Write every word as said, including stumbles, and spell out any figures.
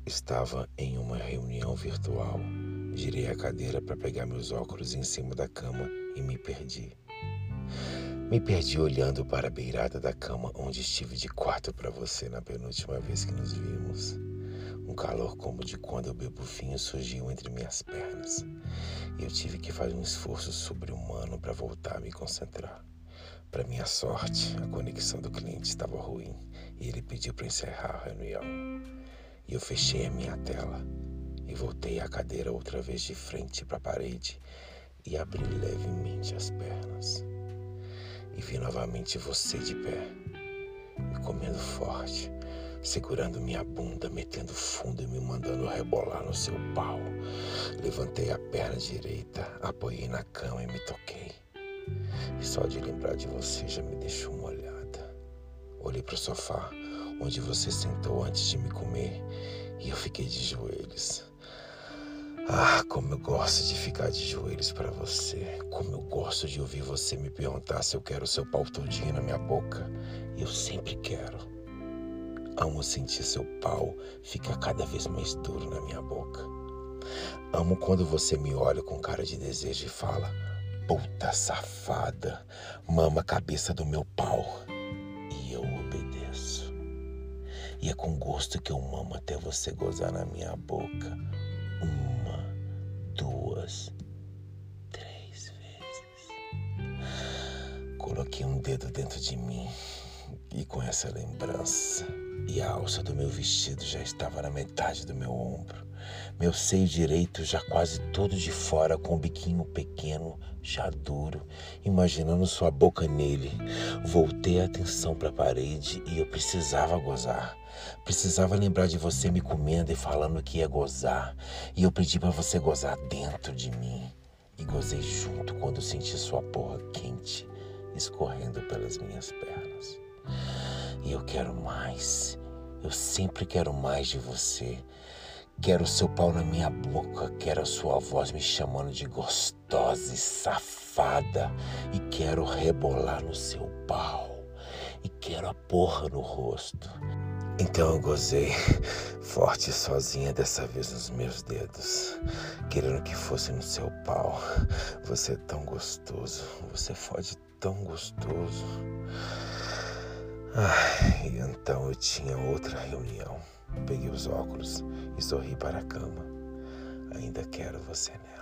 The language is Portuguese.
Estava em uma reunião virtual. Girei a cadeira para pegar meus óculos em cima da cama e me perdi. Me perdi olhando para a beirada da cama onde estive de quarto para você na penúltima vez que nos vimos. Um calor como de quando eu bebo vinho surgiu entre minhas pernas. E eu tive que fazer um esforço sobre-humano para voltar a me concentrar. Para minha sorte, a conexão do cliente estava ruim e ele pediu para encerrar a reunião. E eu fechei a minha tela e voltei a cadeira outra vez de frente para a parede e abri levemente as pernas. E vi novamente você de pé, me comendo forte, segurando minha bunda, metendo fundo e me mandando rebolar no seu pau. Levantei a perna direita, apoiei na cama e me toquei. E só de lembrar de você já me deixou molhada. Olhei para o sofá, onde você sentou antes de me comer, e eu fiquei de joelhos. Ah, como eu gosto de ficar de joelhos para você. Como eu gosto de ouvir você me perguntar se eu quero seu pau todinho na minha boca. E eu sempre quero. Amo sentir seu pau ficar cada vez mais duro na minha boca. Amo quando você me olha com cara de desejo e fala: puta safada, mama a cabeça do meu pau. E eu obedeço. E é com gosto que eu mamo até você gozar na minha boca. Uma, duas, três vezes. Coloquei um dedo dentro de mim e com essa lembrança, e a alça do meu vestido já estava na metade do meu ombro. Meu seio direito já quase todo de fora, com o biquinho pequeno, já duro, imaginando sua boca nele. Voltei a atenção para a parede e eu precisava gozar. Precisava lembrar de você me comendo e falando que ia gozar. E eu pedi para você gozar dentro de mim. E gozei junto quando senti sua porra quente escorrendo pelas minhas pernas. E eu quero mais. Eu sempre quero mais de você. Quero seu pau na minha boca, quero a sua voz me chamando de gostosa e safada. E quero rebolar no seu pau. E quero a porra no rosto. Então eu gozei forte e sozinha, dessa vez nos meus dedos, querendo que fosse no seu pau. Você é tão gostoso, você fode tão gostoso. Ai, e então eu tinha outra reunião. Peguei os óculos e sorri para a cama. Ainda quero você nela.